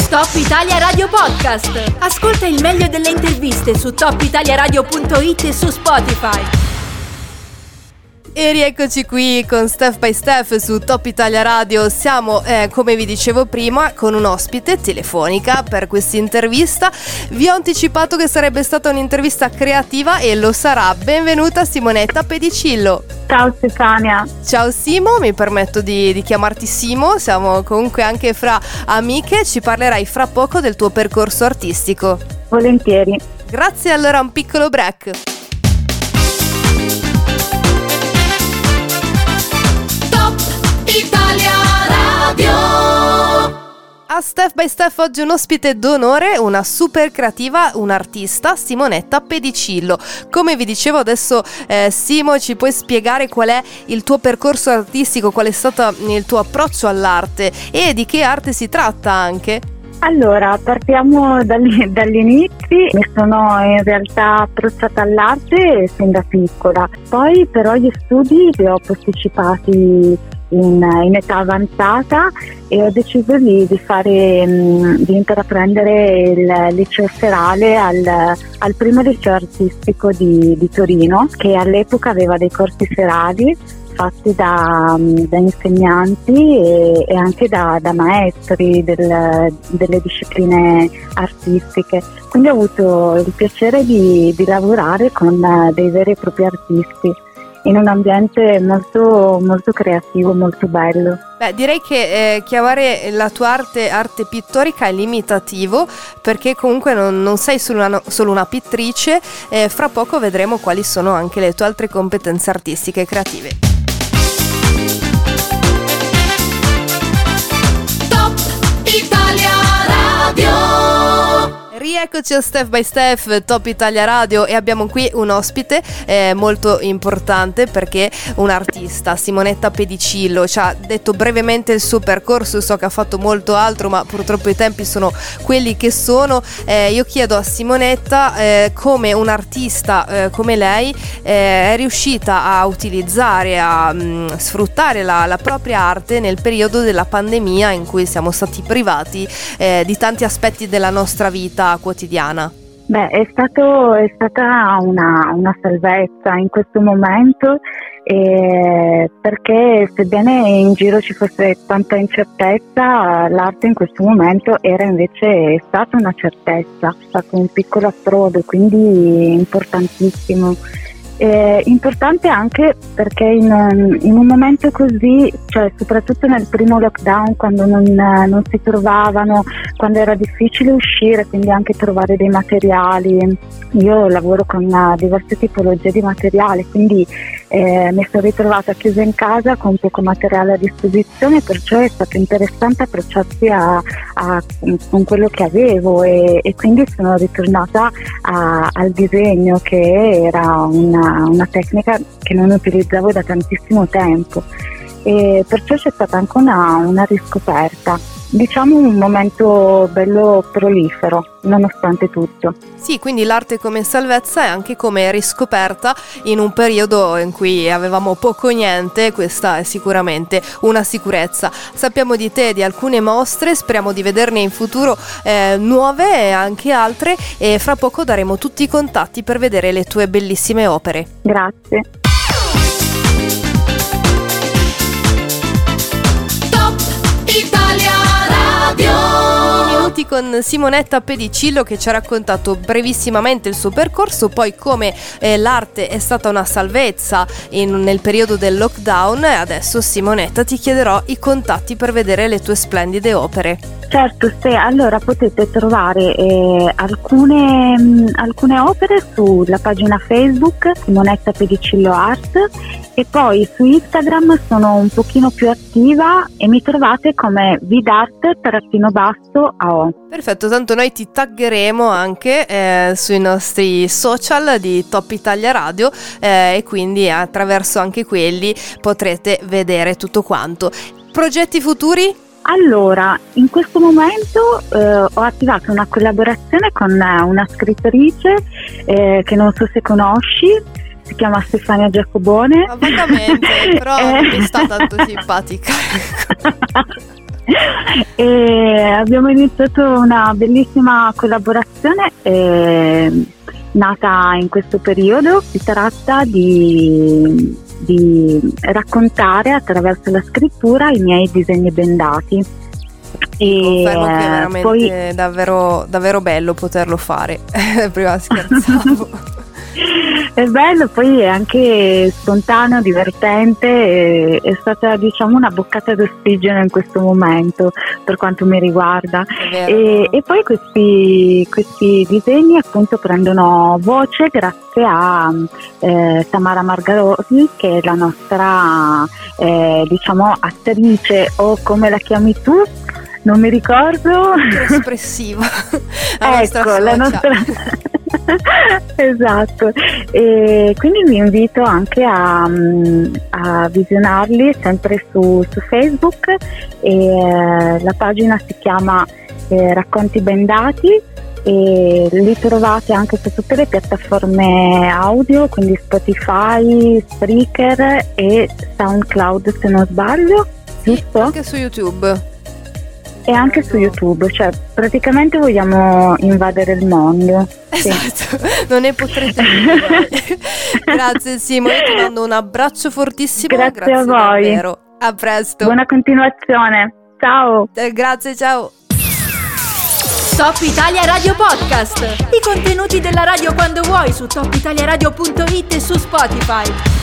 Top Italia Radio Podcast. Ascolta il meglio delle interviste su topitaliaradio.it e su Spotify. E rieccoci qui con Step by Step su Top Italia Radio. Siamo, come vi dicevo prima, con un ospite telefonica per questa intervista. Vi ho anticipato che sarebbe stata un'intervista creativa e lo sarà. Benvenuta Simonetta Pedicillo. Ciao Stefania. Ciao Simo, mi permetto di chiamarti Simo, siamo comunque anche fra amiche. Ci parlerai fra poco del tuo percorso artistico. Volentieri. Grazie, allora un piccolo break. Italia Radio. A Step by Step oggi un ospite d'onore, una super creativa, un'artista, Simonetta Pedicillo. Come vi dicevo adesso, Simo, ci puoi spiegare qual è il tuo percorso artistico, qual è stato il tuo approccio all'arte e di che arte si tratta anche? Allora, partiamo dagli inizi. Mi sono in realtà approcciata all'arte sin da piccola, poi però gli studi li ho posticipati in età avanzata e ho deciso di intraprendere il liceo serale al primo liceo artistico di Torino, che all'epoca aveva dei corsi serali fatti da insegnanti e anche da maestri delle discipline artistiche. Quindi ho avuto il piacere di lavorare con dei veri e propri artisti in un ambiente molto, molto creativo, molto bello. Beh, direi che chiamare la tua arte pittorica è limitativo, perché comunque non sei solo una pittrice. Fra poco vedremo quali sono anche le tue altre competenze artistiche e creative. Rieccoci a Step by Step, Top Italia Radio, e abbiamo qui un ospite molto importante, perché un artista, Simonetta Pedicillo, ci ha detto brevemente il suo percorso. So che ha fatto molto altro, ma purtroppo i tempi sono quelli che sono. Io chiedo a Simonetta come un artista come lei è riuscita a utilizzare, a sfruttare la propria arte nel periodo della pandemia, in cui siamo stati privati di tanti aspetti della nostra vita quotidiana. Beh, è stata una salvezza in questo momento, perché sebbene in giro ci fosse tanta incertezza, l'arte in questo momento era invece stata una certezza, è stato un piccolo approdo, quindi importantissimo. Importante anche perché in un momento così, cioè soprattutto nel primo lockdown, quando non si trovavano, quando era difficile uscire, quindi anche trovare dei materiali. Io lavoro con diverse tipologie di materiali, quindi mi sono ritrovata chiusa in casa con poco materiale a disposizione, perciò è stato interessante approcciarsi con quello che avevo e quindi sono ritornata al disegno, che era una tecnica che non utilizzavo da tantissimo tempo, e perciò c'è stata anche una riscoperta. Diciamo un momento bello prolifero, nonostante tutto. Sì, quindi l'arte come salvezza e anche come riscoperta in un periodo in cui avevamo poco o niente. Questa è sicuramente una sicurezza. Sappiamo di te, di alcune mostre, speriamo di vederne in futuro nuove e anche altre, e fra poco daremo tutti i contatti per vedere le tue bellissime opere. Grazie. Minuti con Simonetta Pedicillo, che ci ha raccontato brevissimamente il suo percorso, poi come l'arte è stata una salvezza nel periodo del lockdown. E adesso, Simonetta, ti chiederò i contatti per vedere le tue splendide opere. Certo, allora potete trovare alcune opere sulla pagina Facebook Simonetta Pedicillo Art, e poi su Instagram sono un pochino più attiva e mi trovate come vidart_AO. Perfetto, tanto noi ti taggeremo anche sui nostri social di Top Italia Radio, e quindi attraverso anche quelli potrete vedere tutto quanto. Progetti futuri? Allora, in questo momento ho attivato una collaborazione con una scrittrice che non so se conosci, si chiama Stefania Giacobone. Ma vagamente, però non mi sta tanto simpatica. E abbiamo iniziato una bellissima collaborazione nata in questo periodo. Si tratta di raccontare attraverso la scrittura i miei disegni bendati. E confermo che è veramente poi davvero bello poterlo fare. Prima scherzavo. È bello, poi è anche spontaneo, divertente, è stata diciamo una boccata d'ossigeno in questo momento per quanto mi riguarda. E poi questi disegni appunto prendono voce grazie a Tamara Margaroti, che è la nostra diciamo attrice, o come la chiami tu? Non mi ricordo. Espressiva. La nostra esatto, e quindi vi invito anche a visionarli sempre su Facebook, e la pagina si chiama Racconti Bendati, e li trovate anche su tutte le piattaforme audio, quindi Spotify, Spreaker e SoundCloud, se non sbaglio, giusto? Anche su YouTube. E anche su YouTube, cioè praticamente vogliamo invadere il mondo. Esatto, non ne potrete più. Grazie Simo, io ti mando un abbraccio fortissimo. Grazie a voi. Davvero. A presto. Buona continuazione. Ciao. Grazie, ciao. Top Italia Radio Podcast. I contenuti della radio quando vuoi su topitaliaradio.it e su Spotify.